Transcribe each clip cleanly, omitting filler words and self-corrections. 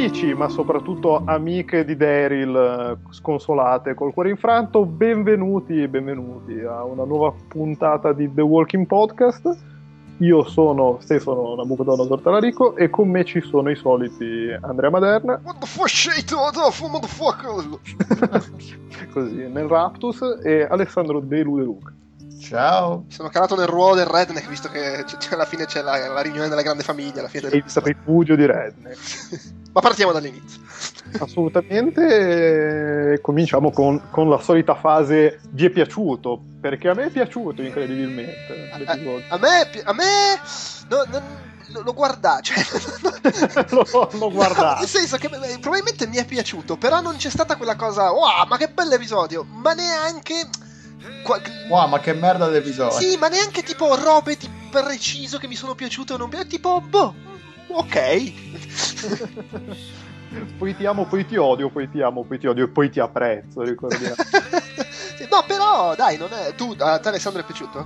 Amici, ma soprattutto amiche di Daryl sconsolate col cuore infranto, benvenuti a una nuova puntata di The Walking Podcast. Io sono Stefano Nabucodonosor Talarico e con me ci sono i soliti Andrea Maderna. What the fuck shit, motherfucker! Così, nel Raptus, e Alessandro De Luca. Ciao. Mi sono calato nel ruolo del redneck, visto che alla fine c'è la riunione della grande famiglia. Alla fine Il rifugio di redneck. Ma partiamo dall'inizio. Assolutamente, cominciamo con la solita fase vi è piaciuto, perché a me è piaciuto incredibilmente l'episodio. A me lo guarda, cioè lo guardato. Nel senso che probabilmente mi è piaciuto, però non c'è stata quella cosa wow, ma che bell'episodio, ma neanche wow, ma che merda d'episodio. Sì, ma neanche tipo robe di preciso che mi sono piaciute o non piaciute, tipo boh, ok. Poi ti amo, poi ti odio, poi ti amo, poi ti odio e poi ti apprezzo, ricordiamo. No, però dai, non è. A te Alessandro è piaciuto?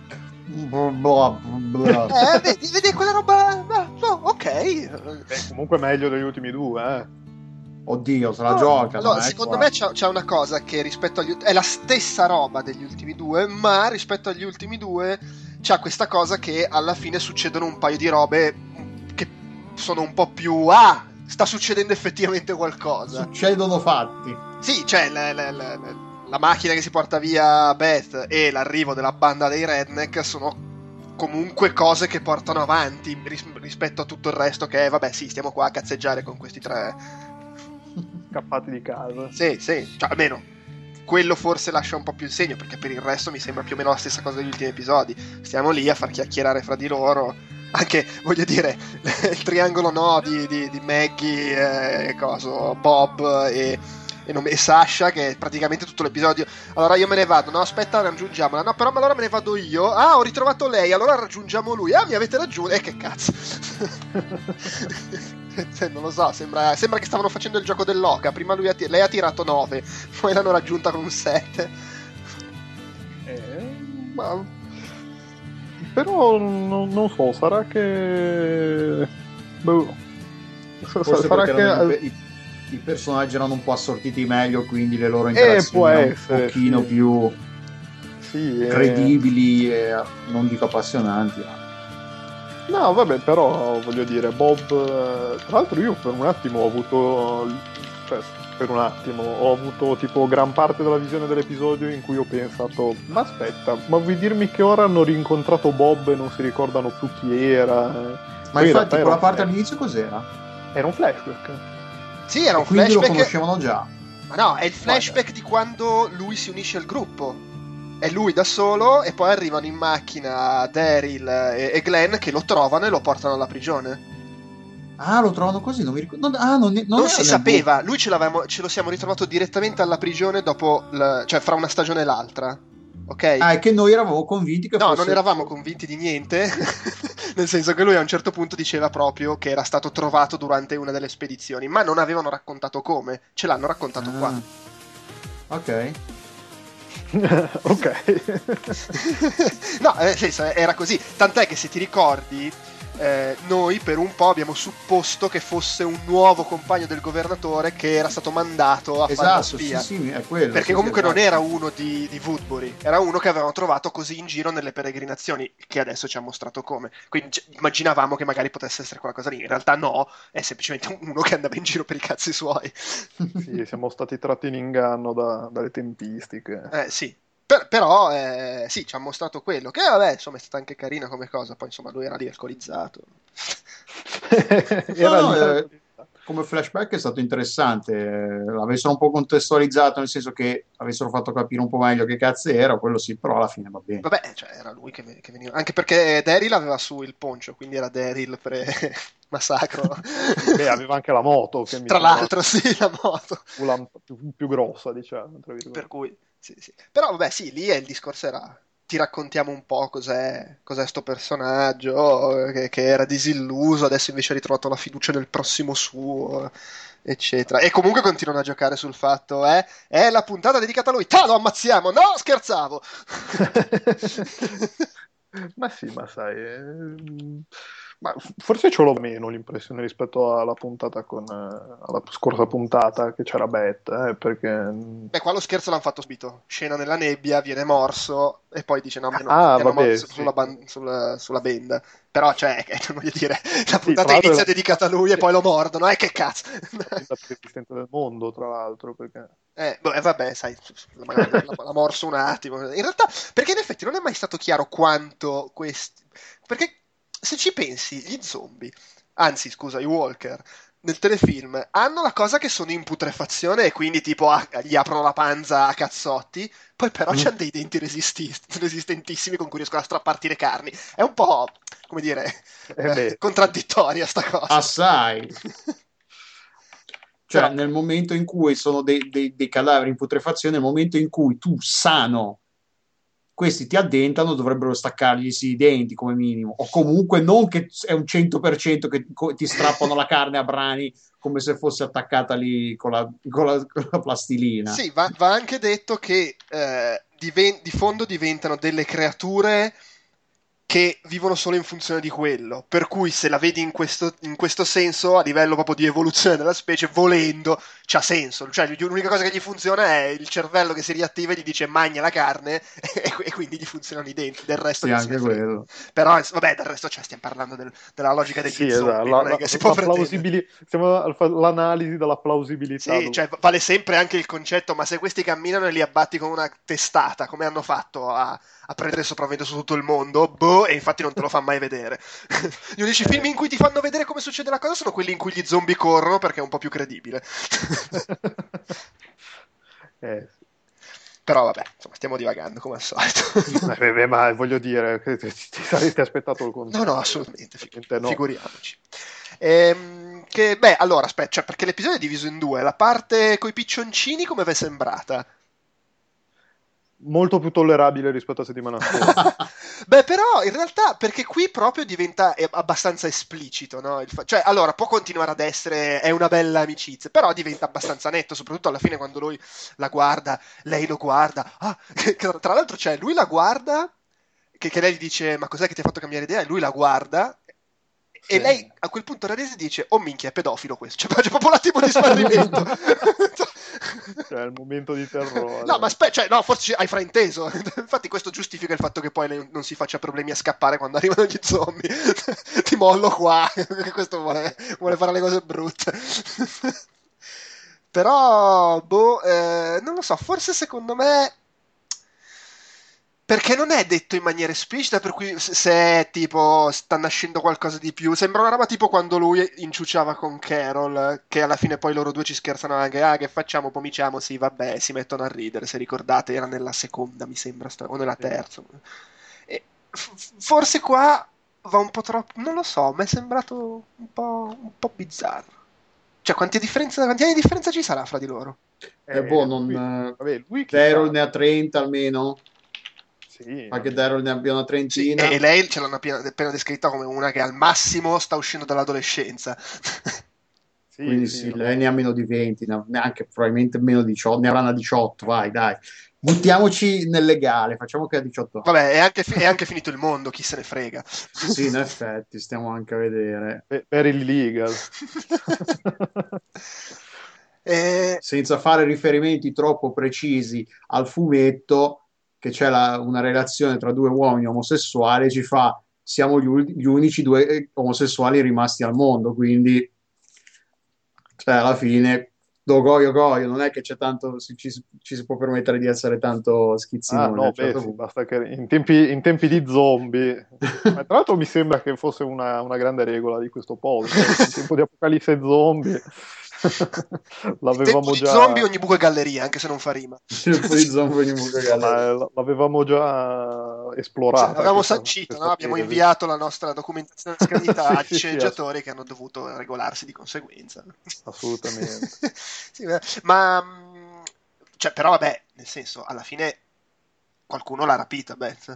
Vedi quella roba. No, ok. Comunque meglio degli ultimi due, Oddio, se la gioca. Allora, secondo me c'è una cosa che rispetto agli è la stessa roba degli ultimi due, ma rispetto agli ultimi due c'ha questa cosa che alla fine succedono un paio di robe che sono un po' più sta succedendo effettivamente qualcosa. Succedono fatti. Sì, cioè la macchina che si porta via Beth e l'arrivo della banda dei redneck sono comunque cose che portano avanti rispetto a tutto il resto che è, vabbè sì, stiamo qua a cazzeggiare con questi tre scappati di casa. Sì, cioè almeno quello forse lascia un po' più il segno, perché per il resto mi sembra più o meno la stessa cosa degli ultimi episodi. Stiamo lì a far chiacchierare fra di loro. Anche, voglio dire, il triangolo di Maggie, Bob e Sasha, che è praticamente tutto l'episodio. Allora io me ne vado, no aspetta, raggiungiamola. No, però allora me ne vado io. Ho ritrovato lei, allora raggiungiamo lui. Mi avete raggiunto. Che cazzo. Non lo so, sembra che stavano facendo il gioco dell'oca. Prima lei ha tirato 9, poi l'hanno raggiunta con un 7. Ma però non so, sarà che forse sarà che i personaggi erano un po' assortiti meglio, quindi le loro interazioni erano un pochino più credibili e non dico appassionanti. No, vabbè, però voglio dire, Bob, tra l'altro io per un attimo ho avuto tipo gran parte della visione dell'episodio in cui ho pensato, ma aspetta, ma vuoi dirmi che ora hanno rincontrato Bob e non si ricordano più chi era? Ma poi infatti quella parte all'inizio cos'era? Era un flashback. Sì, era un quindi flashback. Lo conoscevano già. Ma no, è il flashback di quando lui si unisce al gruppo. È lui da solo e poi arrivano in macchina Daryl e Glenn che lo trovano e lo portano alla prigione. Lo trovano così, non mi ricordo. Non si sapeva, lui ce lo siamo ritrovato direttamente alla prigione dopo, cioè fra una stagione e l'altra. Ok? E che noi eravamo convinti che non eravamo convinti di niente. Nel senso che lui a un certo punto diceva proprio che era stato trovato durante una delle spedizioni, ma non avevano raccontato come, ce l'hanno raccontato qua. Ok. Ok. No, nel senso era così, tant'è che se ti ricordi noi per un po' abbiamo supposto che fosse un nuovo compagno del governatore che era stato mandato a fare lo spia. Sì, è quello, perché comunque non era uno di Woodbury, era uno che avevano trovato così in giro nelle peregrinazioni, che adesso ci ha mostrato come. Quindi immaginavamo che magari potesse essere qualcosa lì, in realtà no, è semplicemente uno che andava in giro per i cazzi suoi. Sì, siamo stati tratti in inganno dalle tempistiche. Sì. Però sì, ci ha mostrato quello che vabbè, insomma, è stata anche carina come cosa. Poi insomma lui era lì alcolizzato. Come flashback è stato interessante, l'avessero un po' contestualizzato, nel senso che avessero fatto capire un po' meglio che cazzo era, quello sì, però alla fine va bene. Vabbè, cioè era lui che veniva, anche perché Daryl aveva su il poncio, quindi era Daryl pre-massacro. Beh, aveva anche la moto, che tra l'altro sì, la moto più grossa, diciamo, tra virgolette. Per cui sì. Però vabbè sì, lì il discorso era ti raccontiamo un po' cos'è sto personaggio che era disilluso, adesso invece ha ritrovato la fiducia nel prossimo suo, eccetera. E comunque continuano a giocare sul fatto è la puntata dedicata a lui, lo ammazziamo, no scherzavo. Ma sì, ma sai, Ma forse ce l'ho meno l'impressione rispetto alla puntata alla scorsa puntata che c'era Beth, perché... Beh, qua lo scherzo l'hanno fatto subito. Scena nella nebbia, viene morso e poi dice no, a me non Ah, ti hanno vabbè, morso sì. sulla benda. Però, cioè, voglio dire, la Sì, tra puntata l'altro è inizia dedicata a lui e poi lo mordono, che cazzo! la benda più resistente del mondo, tra l'altro, perché... Vabbè, sai, magari l'ha morso un attimo. In realtà, perché in effetti non è mai stato chiaro quanto questi... Perché se ci pensi, gli zombie, anzi, scusa, i walker, nel telefilm, hanno la cosa che sono in putrefazione e quindi tipo gli aprono la panza a cazzotti, poi però c'hanno dei denti resistentissimi con cui riescono a strapparti le carni. È un po', come dire, beh, contraddittoria sta cosa. Assai. Cioè, Però, nel momento in cui sono dei cadaveri in putrefazione, nel momento in cui tu sano questi ti addentano, dovrebbero staccargli i denti come minimo, o comunque non che è un 100% che ti strappano la carne a brani come se fosse attaccata lì con la plastilina. sì, va anche detto che di fondo diventano delle creature che vivono solo in funzione di quello, per cui se la vedi in questo senso, a livello proprio di evoluzione della specie, volendo, c'ha senso. Cioè, l'unica cosa che gli funziona è il cervello che si riattiva e gli dice magna la carne e quindi gli funzionano i denti, del resto Sì, chi se anche ne frega. quello. Però, vabbè, del resto, cioè, stiamo parlando della logica degli sì, esatto, zombie, non è che si può pretendere. siamo all'analisi della plausibilità. Sì, cioè vale sempre anche il concetto, ma se questi camminano e li abbatti con una testata, come hanno fatto a prendere sopravvento su tutto il mondo, boh, e infatti non te lo fa mai vedere. Gli unici film in cui ti fanno vedere come succede la cosa sono quelli in cui gli zombie corrono perché è un po' più credibile. Sì. Però vabbè, insomma, stiamo divagando come al solito. Beh, ma voglio dire, che ti saresti aspettato il No, no, contrario. assolutamente, Ovviamente no. figuriamoci. Beh, allora, aspetta, cioè, perché l'episodio è diviso in due. La parte coi piccioncini come vi è sembrata? Molto più tollerabile rispetto a settimana scorsa. Beh, però in realtà perché qui proprio diventa abbastanza esplicito, no? Cioè, allora può continuare ad essere, è una bella amicizia, però diventa abbastanza netto, soprattutto alla fine quando lui la guarda, lei lo guarda. Ah, che tra l'altro c'è, lui la guarda, che lei gli dice, ma cos'è che ti ha fatto cambiare idea? E lui la guarda. E Sì. lei a quel punto Rarese dice: oh minchia, è pedofilo questo. C'è proprio un attimo di smarrimento. Cioè, il momento di terrore. No, ma aspetta, cioè, no, forse hai frainteso. Infatti, questo giustifica il fatto che poi lei non si faccia problemi a scappare quando arrivano gli zombie. Ti mollo qua. Questo vuole fare le cose brutte. Però, boh, non lo so, forse secondo me. Perché non è detto in maniera esplicita, per cui se è tipo sta nascendo qualcosa di più. Sembra una roba tipo quando lui inciuciava con Carol, che alla fine poi loro due ci scherzano anche. Ah, che facciamo? Pomiciamo? Sì, vabbè, si mettono a ridere. Se ricordate, era nella seconda, mi sembra, o nella terza. E forse qua va un po' troppo. Non lo so, mi è sembrato un po' bizzarro. Cioè, quanti anni di differenza ci sarà fra di loro? Boh, Vabbè, lui Daryl chissà. ne ha 30 almeno. Sì, Fa che vabbè. Daryl ne abbia una Sì, trentina. e lei ce l'hanno appena descritta come una che al massimo sta uscendo dall'adolescenza. Sì, Quindi sì, sì, no. lei ne ha meno di 20, neanche probabilmente meno di 18, ne avranno 18, vai, dai. Buttiamoci nel legale, facciamo che ha 18 anni. Vabbè, è anche finito il mondo, chi se ne frega. Sì, in effetti, stiamo anche a vedere. Per illegal. Eh, Senza fare riferimenti troppo precisi al fumetto, che c'è una relazione tra due uomini omosessuali, ci fa, siamo gli unici due omosessuali rimasti al mondo, quindi cioè, alla fine, do goio goio, non è che c'è tanto, ci si può permettere di essere tanto Ah, schizzinoni a no, un beh, certo sì, punto. basta che in tempi di zombie. Ma tra l'altro mi sembra che fosse una grande regola di questo podcast. In tempo di apocalisse zombie in tempo l'avevamo di zombie già. ogni buco è galleria, anche se non fa rima. Un po' di zombie ogni buca No, ma galleria. l'avevamo già Cioè, esplorata avevamo questa, sancito, no? questa Abbiamo tesi. inviato la nostra documentazione di scanità Sì, agli sì, sì, sceneggiatori che hanno dovuto regolarsi di conseguenza. assolutamente. Sì, ma cioè, però vabbè, nel senso, alla fine qualcuno l'ha rapita, Beth.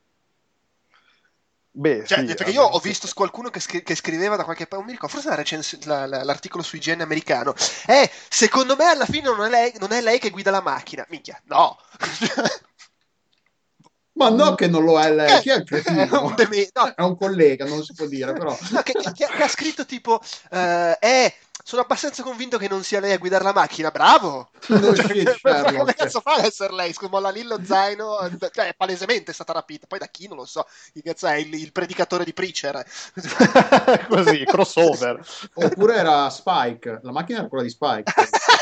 Beh, Cioè, sì, perché io almeno ho sì. visto qualcuno che scriveva da qualche parte, non mi ricordo, forse l'articolo su IGN americano. Secondo me alla fine non è lei che guida la macchina. Minchia, no. Ma no, che non lo è lei, chi è il cretino? No. È un collega, non si può dire, però. No, che ha scritto tipo, sono abbastanza convinto che non sia lei a guidare la macchina, bravo! No Cioè, shit, come Sherlock. cazzo fa ad essere lei? Scusa, molla lì lo zaino, cioè, è palesemente stata rapita, poi da chi non lo so, chi cazzo è il predicatore di Preacher? Così, crossover. Oppure era Spike, la macchina era quella di Spike.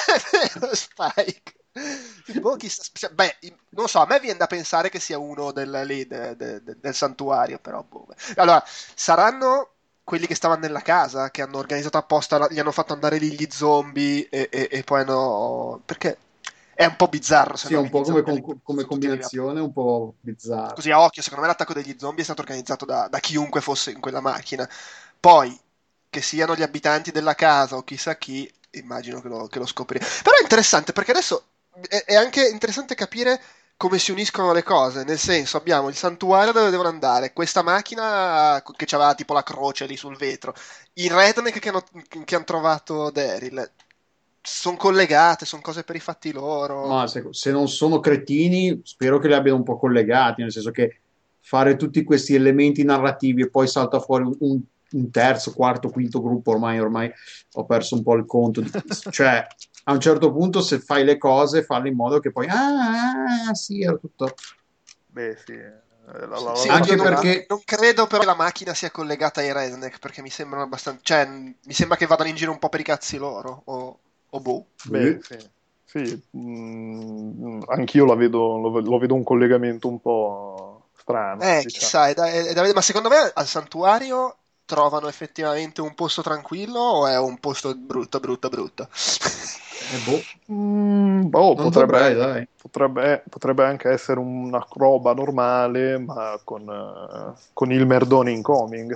Spike. Boh, cioè, beh, non so, a me viene da pensare che sia uno del santuario, però boh. Allora, saranno quelli che stavano nella casa, che hanno organizzato apposta, gli hanno fatto andare lì gli zombie e poi hanno... Perché è un po' bizzarro, Sì, è secondo un me, po' gli zombie come sono tutti lì. combinazione, un po' bizzarro. Così a occhio, secondo me l'attacco degli zombie è stato organizzato da chiunque fosse in quella macchina. Poi, che siano gli abitanti della casa o chissà chi, immagino che lo scopriremo. Però è interessante perché adesso è anche interessante capire come si uniscono le cose. Nel senso, abbiamo il santuario dove devono andare, questa macchina che aveva tipo la croce lì sul vetro, i redneck che hanno trovato Daryl. Sono collegate, sono cose per i fatti loro. Ma se non sono cretini, spero che li abbiano un po' collegati, nel senso che fare tutti questi elementi narrativi e poi salta fuori un terzo, quarto, quinto gruppo, ormai ho perso un po' il conto. Cioè, a un certo punto, se fai le cose, farle in modo che poi, sì, era tutto. Beh, sì. Sì, Anche oddio, perché non credo però che la macchina sia collegata ai redneck, perché mi sembrano abbastanza... Cioè, mi sembra che vadano in giro un po' per i cazzi loro, o boh. Beh, sì. Sì, anch'io lo vedo un collegamento un po' strano, diciamo. Chissà, è da vedere, ma secondo me al santuario trovano effettivamente un posto tranquillo o è un posto brutto, brutto, brutto? boh, Boh, non saprei, dai. potrebbe anche essere una roba normale, ma con il merdone incoming.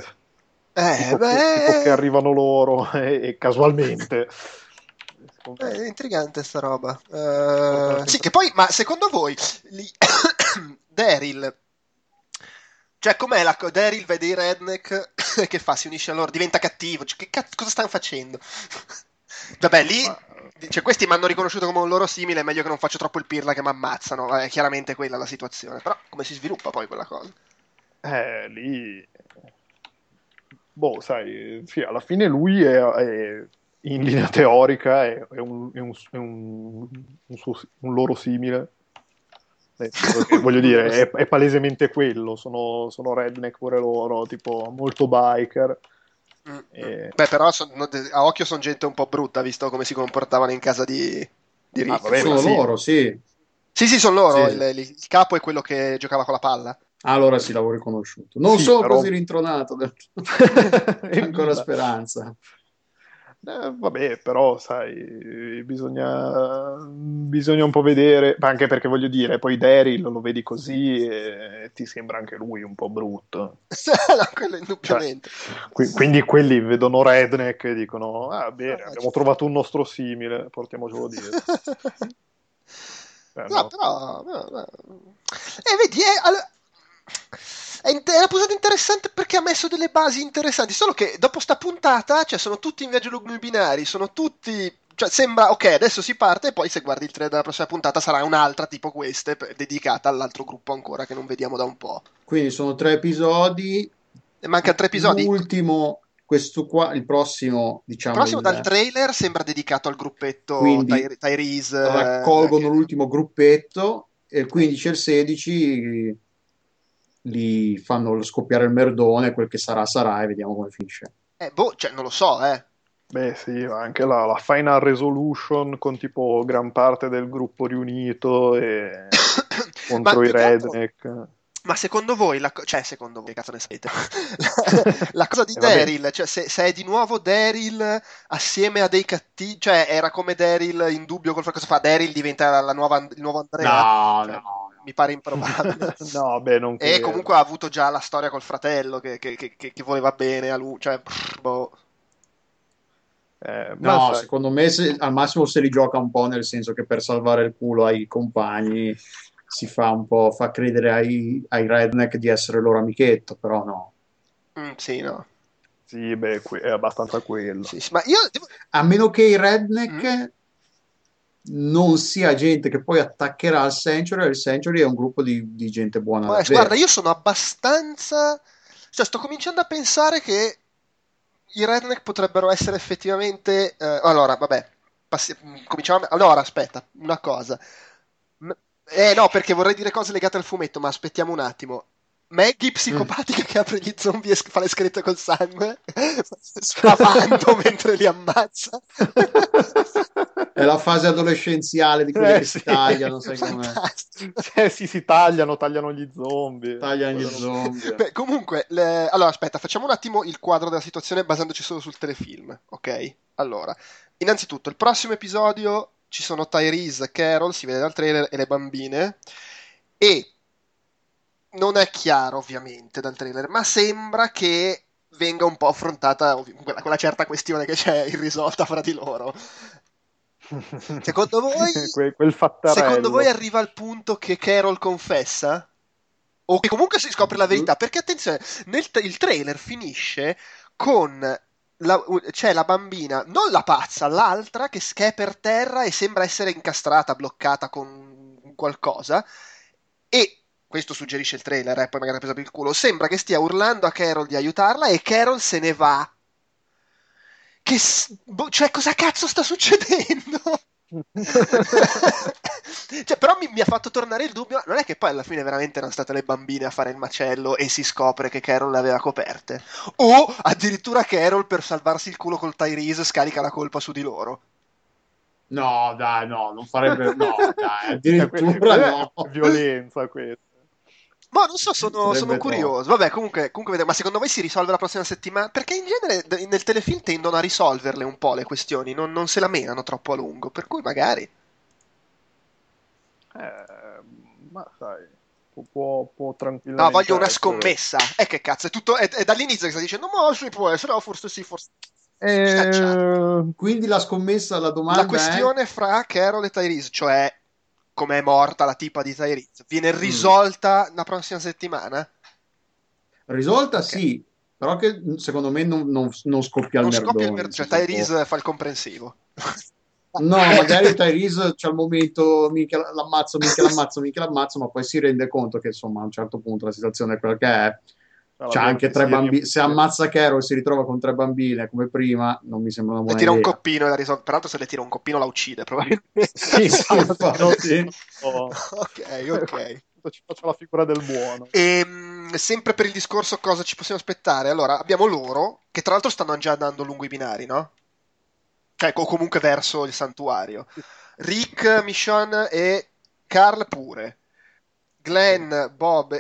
Tipo che Beh, arrivano loro e casualmente. Secondo me è intrigante sta roba. abbastanza Sì, che poi, interessante. ma secondo voi, Daryl, cioè com'è Daryl vede i redneck che fa? Si unisce a loro, diventa cattivo, cioè, cosa stanno facendo? Vabbè, lì, Ma cioè, questi mi hanno riconosciuto come un loro simile, è meglio che non faccio troppo il pirla che mi ammazzano, è chiaramente quella la situazione, però come si sviluppa poi quella cosa? lì, boh, sai, sì, alla fine lui in linea teorica un loro simile. Nel senso che, voglio dire, è palesemente quello, sono redneck pure loro, tipo molto biker. Mm, mm. E- Beh, però a occhio sono gente un po' brutta, visto come si comportavano in casa di Ah, Rick, vabbè, ma Sono quelli. sì, loro, sì. Sì, sì, sono loro, Sì, il, sì. il capo è quello che giocava con la palla. Allora sì, l'avevo riconosciuto. Non sì, sono però così rintronato, c'è ancora evviva. speranza. Vabbè, però sai, bisogna un po' vedere, ma anche perché voglio dire, poi Daryl lo vedi così e ti sembra anche lui un po' brutto. No, quello Cioè, indubbiamente. quindi quelli vedono Redneck e dicono, ah bene, Ah, abbiamo trovato un nostro simile, portiamocelo dietro. No, No. però... vedi, è una puntata interessante perché ha messo delle basi interessanti, solo che dopo sta puntata, cioè, sono tutti in viaggio lungo i binari, sono tutti... Cioè, sembra, ok, adesso si parte e poi se guardi il trailer della prossima puntata sarà un'altra tipo queste, dedicata all'altro gruppo ancora che non vediamo da un po'. Quindi sono 3 episodi. E mancano 3 episodi. L'ultimo, questo qua, il prossimo, Il diciamo, prossimo dal trailer sembra dedicato al gruppetto quindi Tyrese. raccolgono l'ultimo gruppetto e il 15 e il 16 li fanno scoppiare il merdone, quel che sarà sarà e vediamo come finisce. Boh, cioè, non lo so, eh. Beh sì, ma anche la Final Resolution con tipo gran parte del gruppo riunito e Ma contro i più che altro, Redneck. ma secondo voi, cioè secondo voi, che cazzo ne sapete? La cosa di E vabbè, Daryl, cioè se è di nuovo Daryl assieme a dei cattivi, cioè era come Daryl in dubbio col cosa fa, Daryl diventa il nuovo Andrea, No, no, cioè, no. mi pare improbabile. no, beh, non E credo. comunque ha avuto già la storia col fratello che voleva bene a lui, cioè, boh. Ma No, sai, secondo me al massimo se li gioca un po', nel senso che per salvare il culo ai compagni si fa un po', fa credere ai redneck di essere il loro amichetto, però no. Sì, no. sì, beh, è abbastanza quello. Sì, sì, ma io... A meno che i Mm? redneck non sia gente che poi attaccherà al Sanctuary, il Sanctuary è un gruppo di gente buona Guarda, davvero. io sono abbastanza... Cioè, sto cominciando a pensare che i redneck potrebbero essere effettivamente... allora, vabbè, cominciamo... Allora, aspetta, una cosa. M- no, perché vorrei dire cose legate al fumetto, ma aspettiamo un attimo. Maggie Mm. psicopatica che apre gli zombie e fa le scritte col sangue, sfavando mentre li ammazza. È la fase adolescenziale di quelle che si Sì, tagliano, sai com'è? Fantastico. sì, si tagliano gli zombie. Tagliano gli Quella roba. zombie. Beh, comunque, allora aspetta, facciamo un attimo il quadro della situazione basandoci solo sul telefilm, ok? Allora, innanzitutto, il prossimo episodio ci sono Tyrese, Carol, si vede dal trailer, e le bambine, e non è chiaro ovviamente dal trailer, ma sembra che venga un po' affrontata quella certa questione che c'è irrisolta fra di loro. Secondo voi, Quel secondo voi fattarello. arriva al punto che Carol confessa? O che comunque si scopre la verità? Perché attenzione, il trailer finisce con c'è la bambina, non la pazza, l'altra che è per terra e sembra essere incastrata, bloccata con qualcosa. E questo suggerisce il trailer, poi magari ha preso per il culo. Sembra che stia urlando a Carol di aiutarla e Carol se ne va. Cioè, cosa cazzo sta succedendo? Cioè, però mi ha fatto tornare il dubbio. Non è che poi alla fine veramente erano state le bambine a fare il macello e si scopre che Carol le aveva coperte. O addirittura Carol, per salvarsi il culo col Tyrese, scarica la colpa su di loro. No, dai, no, non farebbe. No, dai, addirittura Quella no. è violenza questa. Ma non so, sono Sarebbe troppo. curioso. Vabbè, comunque vedremo. Ma secondo voi si risolve la prossima settimana? Perché in genere nel telefilm tendono a risolverle un po' le questioni, non se la menano troppo a lungo. Per cui magari. Ma sai, può No, tranquillamente voglio una essere. scommessa. E che cazzo, è tutto. È dall'inizio che sta dicendo, ma sì, può essere, no, forse sì, forse. Schiacciato. Eh, Quindi la scommessa, la La domanda è. questione fra Carol e Tyrese, cioè com'è morta la tipa di Tyrese, viene Mm, risolta la prossima settimana? risolta Ok. sì, però che secondo me non scoppia il Non scoppia il merdone, nel cioè senso boh. Tyrese fa il comprensivo. No, magari Tyrese c'è il momento, minchia l'ammazzo, ma poi si rende conto che insomma a un certo punto la situazione è quella che è. la C'ha anche gente tre si bambini. Se riempie. ammazza Carol e si ritrova con tre bambine come prima, non mi sembra una Le buona tira un idea. coppino e la risolve. Peraltro se le tira un coppino la uccide, probabilmente. Sì, sì, infatti. Ok, ok. Ci faccio la figura del buono. Sempre per il discorso cosa ci possiamo aspettare? Allora, abbiamo loro, che tra l'altro stanno già andando lungo i binari, no? Cioè, o comunque verso il santuario. Rick, Michonne e Carl pure. Sì. Glenn, Bob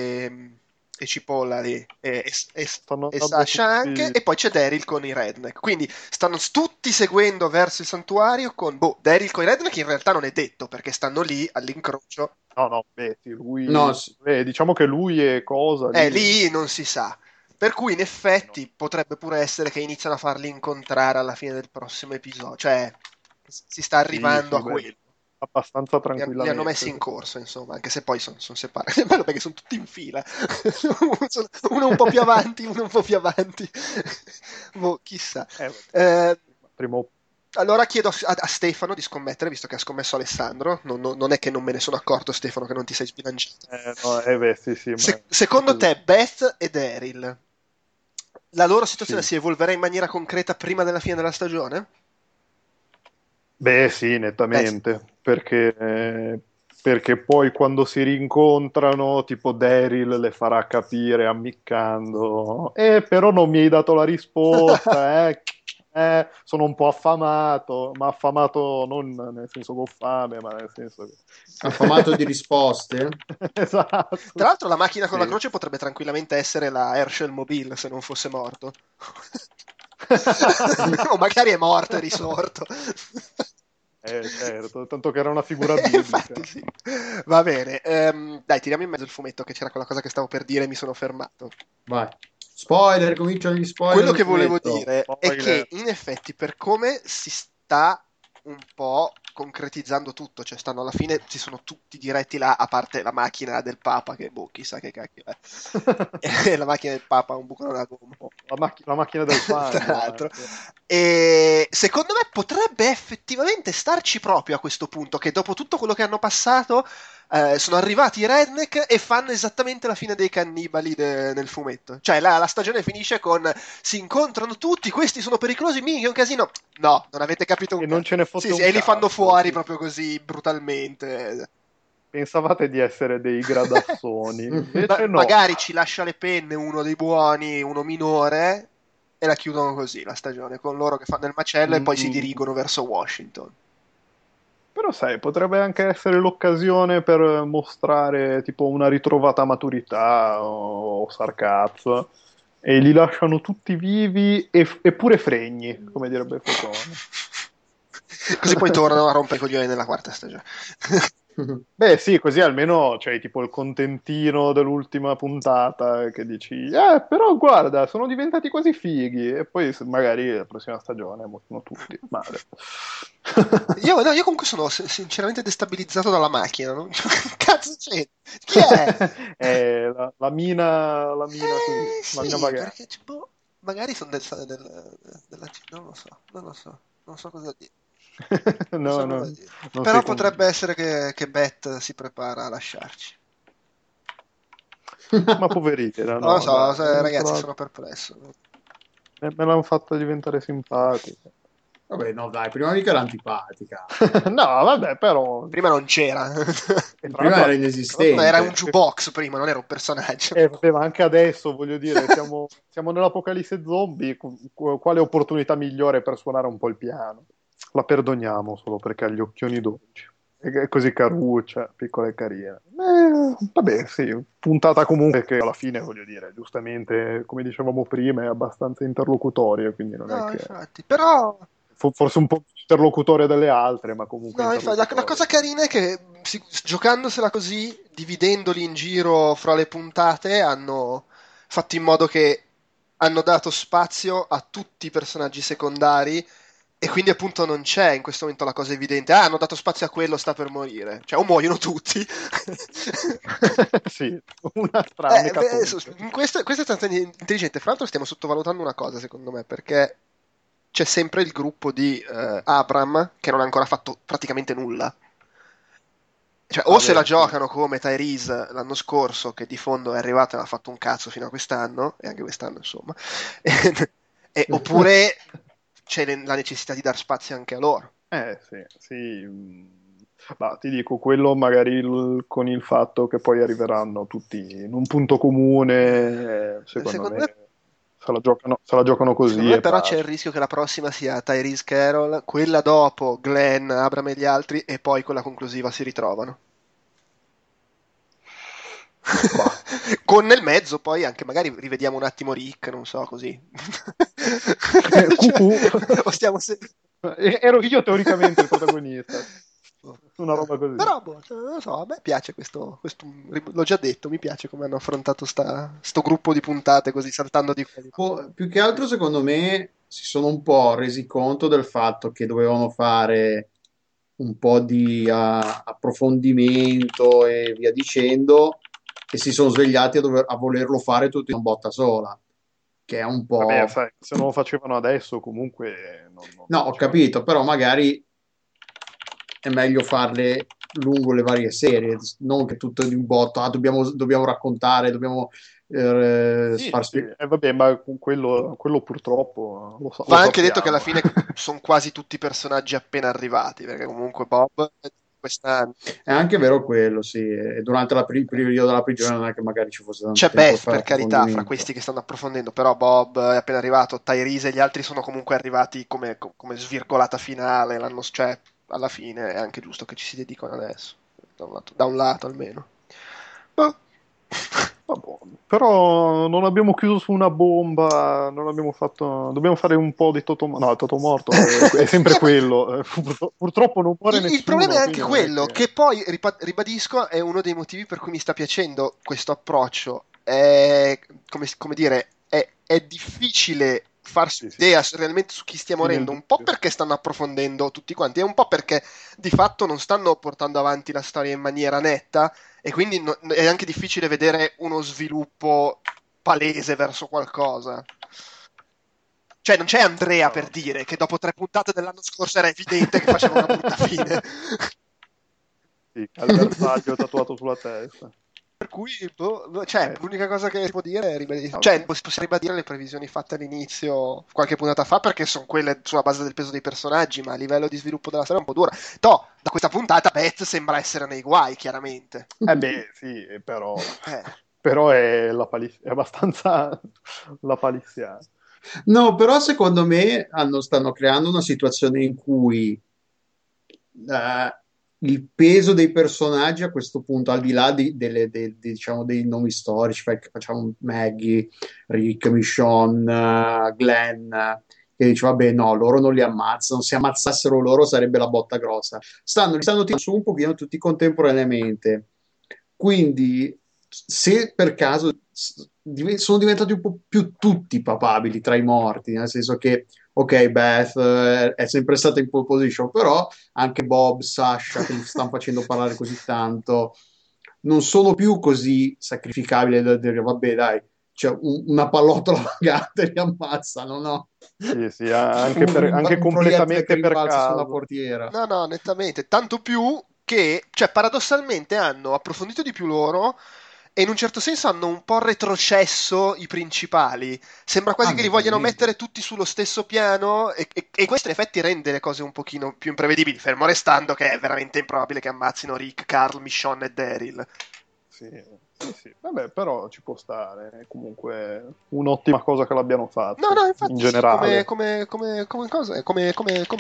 e Cipolla lì, Stanno e andando Sasha anche, tutti. e poi c'è Daryl con i redneck. Quindi stanno tutti seguendo verso il santuario con, boh, Daryl con i redneck in realtà non è detto, perché stanno lì all'incrocio. No, no, beh, sì, No, lui. Diciamo che lui è cosa lì. Lì non si sa. Per cui in No. effetti potrebbe pure essere che iniziano a farli incontrare alla fine del prossimo episodio. Cioè, si sta Sì, arrivando a sì, beh, quello. abbastanza Li hanno messi tranquillamente. in corso, insomma, anche se poi sono separati. È bello perché sono tutti in fila. Uno un po' più avanti, uno un po' più avanti. Boh, chissà. Vabbè, Eh, prima o allora chiedo a Stefano di scommettere, visto che ha scommesso Alessandro. Non è che non me ne sono accorto, Stefano, che non ti sei sbilanciato. no, beh, sì, sì, ma Secondo te, Beth e Daryl, la loro situazione sì. si evolverà in maniera concreta prima della fine della stagione? Beh, sì, Beh, sì. nettamente, perché poi quando si rincontrano, tipo Daryl le farà capire ammiccando, però non mi hai dato la risposta, sono un po' affamato, ma affamato non nel senso che ho fame, ma nel senso che. affamato di risposte. Esatto, Tra l'altro la macchina con la sì. croce potrebbe tranquillamente essere la Herschel Mobile se non fosse morto. O magari è morto e risorto. Certo, tanto che era una figura biblica. Infatti sì. Va bene, dai, tiriamo in mezzo il fumetto che c'era quella cosa che stavo per dire e mi sono fermato. Vai. Spoiler, cominciano gli spoiler Quello del che volevo fumetto. dire è Spoiler. che in effetti per come si sta un po' concretizzando tutto, cioè stanno alla fine, ci sono tutti diretti là, a parte la macchina del Papa, che boh, chissà che cacchio è. E la macchina del Papa ha un buco nella gomma. la macchina del fango. Tra l'altro. E secondo me potrebbe effettivamente starci proprio a questo punto, che dopo tutto quello che hanno passato sono arrivati i redneck e fanno esattamente la fine dei cannibali nel fumetto. Cioè la stagione finisce con si incontrano tutti, questi sono pericolosi, minchia, è un casino. No, non avete capito un E non ce ne fosse un e li fanno cazzo, fuori sì. proprio così brutalmente. Pensavate di essere dei gradassoni, invece no. Magari ci lascia le penne uno dei buoni, uno minore, e la chiudono così la stagione, con loro che fanno il macello e poi si Mm, dirigono verso Washington. Però sai, potrebbe anche essere l'occasione per mostrare tipo una ritrovata maturità o sarcazzo. E li lasciano tutti vivi e pure fregni, come direbbe Fotone. Così poi tornano a rompere i coglioni nella quarta stagione. Beh, sì, così almeno c'hai tipo il contentino dell'ultima puntata che dici, però guarda, sono diventati quasi fighi. E poi magari la prossima stagione mostrano tutti male. Io comunque sono sinceramente destabilizzato dalla macchina. Non... Cazzo c'è? Chi è? La mina così, la mina Sì, vagante. perché magari sono non lo so, non so cosa dire. Non so No, cosa no, dire. non Però sei potrebbe convinto. essere che Beth si prepara a lasciarci. Ma poverina, Non lo no, so, dai, ragazzi, sono perplesso. me l'hanno fatta diventare simpatica. Vabbè, no, dai, prima mica era antipatica. No, vabbè, però... Prima non c'era. E Prima era tra l'altro No, era un inesistente. jukebox prima, non era un personaggio. vabbè, ma anche adesso, voglio dire, siamo nell'apocalisse zombie, quale opportunità migliore per suonare un po' il piano? La perdoniamo solo perché ha gli occhioni dolci. È così caruccia, piccola e carina. Vabbè, sì, puntata comunque che alla fine, voglio dire, giustamente, come dicevamo prima, è abbastanza interlocutoria, quindi non è No, che... infatti, però... Forse un po' più interlocutoria delle altre, ma comunque No, infatti, la interlocutoria. cosa carina è che giocandosela così, dividendoli in giro fra le puntate, hanno fatto in modo che hanno dato spazio a tutti i personaggi secondari e quindi appunto non c'è in questo momento la cosa evidente. Ah, hanno dato spazio a quello, sta per morire. Cioè, o muoiono tutti. Sì, una strana, un'ecatombe. Questo è stato intelligente. Fra l'altro stiamo sottovalutando una cosa, secondo me, perché c'è sempre il gruppo di Abram che non ha ancora fatto praticamente nulla. Cioè, o se la Vabbè, sì. giocano come Tyrese l'anno scorso, che di fondo è arrivato e ha fatto un cazzo fino a quest'anno, e anche quest'anno, insomma, oppure c'è la necessità di dar spazio anche a loro. Sì, sì. Ma ti dico, quello magari con il fatto che poi arriveranno tutti in un punto comune, secondo Secondo me, me se la giocano secondo così me e però c'è il pace. rischio che la prossima sia Tyrese Carroll, quella dopo Glenn, Abram e gli altri, e poi quella conclusiva si ritrovano. Bah. Con nel mezzo poi anche magari rivediamo un attimo Rick, non so, così. Cioè, Cucù. o stiamo Ero io teoricamente il protagonista. Una roba così. Però, boh, non lo so, a me piace l'ho già detto, mi piace come hanno affrontato sto gruppo di puntate così, saltando di qua e di là. Più che altro, secondo me, si sono un po' resi conto del fatto che dovevano fare un po' di approfondimento e via dicendo, e si sono svegliati a volerlo fare tutto in una botta sola, che è un Vabbè, po'... sai, se non lo facevano adesso comunque No, non ho c'era capito, però magari è meglio farle lungo le varie serie, non che tutto di un botto, dobbiamo raccontare, dobbiamo Sì, far sì, spiegare. vabbè, ma con quello purtroppo Va lo anche detto che alla sappiamo. fine sono quasi tutti personaggi appena arrivati, perché comunque Bob è di quest'anno. È anche vero quello, sì, e durante il periodo della prigione non è che magari ci fosse tanto C'è tempo per Beth, fare per carità, fra approfondimento. questi che stanno approfondendo, però Bob è appena arrivato, Tyrese e gli altri sono comunque arrivati come svirgolata finale, cioè alla fine è anche giusto che ci si dedicano adesso, da un lato almeno. Boh. Vabbè, però non abbiamo chiuso su una bomba, non abbiamo fatto... Dobbiamo fare un po' di Toto... No, Toto morto è sempre quello. Purtroppo non muore Il problema è nessuno, anche quindi non è quello, che... che poi, ribadisco, è uno dei motivi per cui mi sta piacendo questo approccio. È, come dire, è difficile farsi Sì, sì, un'idea realmente su chi stia sì, nel morendo, un po' dubbio. perché stanno approfondendo tutti quanti, e un po' perché di fatto non stanno portando avanti la storia in maniera netta, e quindi è anche difficile vedere uno sviluppo palese verso qualcosa. Cioè, non c'è Andrea per dire che dopo 3 puntate dell'anno scorso era evidente che faceva una brutta fine. Sì, al bersaglio tatuato sulla testa. Per cui, cioè, l'unica cosa che si può dire è ribadire. Cioè, possiamo ribadire le previsioni fatte all'inizio, qualche puntata fa, perché sono quelle sulla base del peso dei personaggi, ma a livello di sviluppo della serie è un po' dura. Da questa puntata Beth sembra essere nei guai, chiaramente. Beh, sì, però è abbastanza la palissiana. No, però secondo me stanno creando una situazione in cui il peso dei personaggi a questo punto, al di là diciamo, dei nomi storici, facciamo Maggie, Rick, Michonne, Glenn, che dice vabbè no, loro non li ammazzano, se ammazzassero loro sarebbe la botta grossa. Li stanno tirando su un pochino tutti contemporaneamente. Quindi se per caso sono diventati un po' più tutti papabili tra i morti, nel senso che ok, Beth è sempre stata in pole position, però anche Bob, Sasha, che li stanno facendo parlare così tanto, non sono più così sacrificabili da dire, vabbè, dai, cioè una pallottola vagante li ammazzano, no? Sì, anche completamente per caso. Sulla portiera. No, nettamente. Tanto più che, cioè, paradossalmente hanno approfondito di più loro e in un certo senso hanno un po' retrocesso i principali. Sembra quasi che li vogliano mettere tutti sullo stesso piano e questo in effetti rende le cose un pochino più imprevedibili, fermo restando che è veramente improbabile che ammazzino Rick, Carl, Michonne e Daryl. Sì. Vabbè, però ci può stare. È comunque un'ottima cosa che l'abbiamo fatto. No, infatti, in generale. sì, come cosa? Come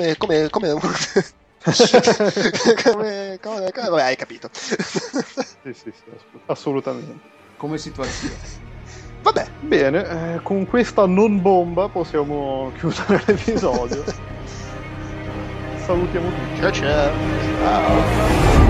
vabbè, hai capito. Sì, assolutamente. Come situazione. Vabbè. Bene, con questa non bomba possiamo chiudere l'episodio. Salutiamo tutti. Ciao.